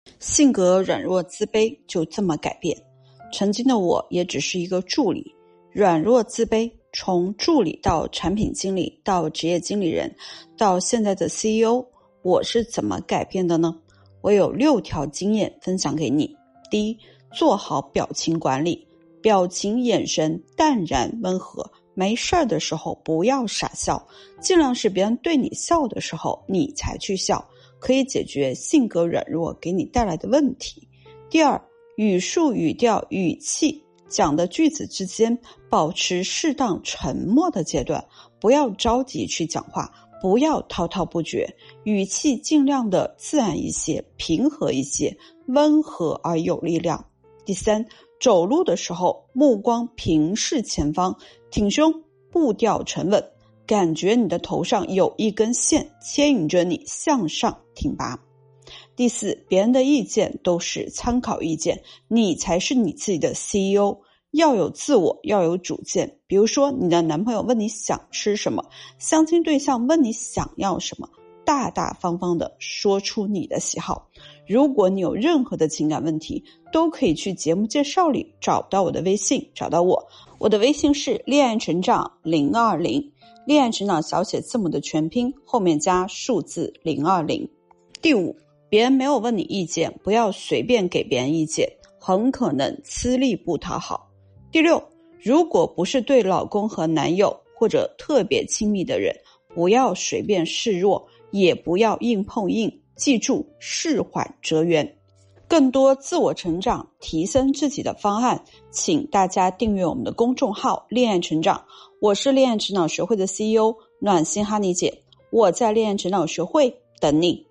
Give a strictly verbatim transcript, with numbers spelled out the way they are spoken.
性格软弱自卑就这么改变。曾经的我也只是一个助理，软弱自卑，从助理到产品经理，到职业经理人，到现在的 C E O， 我是怎么改变的呢？我有六条经验分享给你。第一，做好表情管理，表情眼神淡然温和，没事儿的时候不要傻笑，尽量是别人对你笑的时候你才去笑，可以解决性格软弱给你带来的问题。第二，语速、语调、语气，讲的句子之间保持适当沉默的阶段，不要着急去讲话，不要滔滔不绝，语气尽量的自然一些，平和一些，温和而有力量。第三，走路的时候目光平视前方，挺胸，步调沉稳，感觉你的头上有一根线牵引着你向上挺拔。第四，别人的意见都是参考意见，你才是你自己的 C E O， 要有自我，要有主见。比如说你的男朋友问你想吃什么，相亲对象问你想要什么，大大方方的说出你的喜好。如果你有任何的情感问题，都可以去节目介绍里找到我的微信，找到我。我的微信是恋爱成长零二零，恋爱成长小写字母的全拼，后面加数字零二零。第五，别人没有问你意见，不要随便给别人意见，很可能吃力不讨好。第六，如果不是对老公和男友或者特别亲密的人，不要随便示弱，也不要硬碰硬，记住事缓则圆。更多自我成长提升自己的方案，请大家订阅我们的公众号恋爱成长，我是恋爱成长学会的 C E O 暖心哈尼姐，我在恋爱成长学会等你。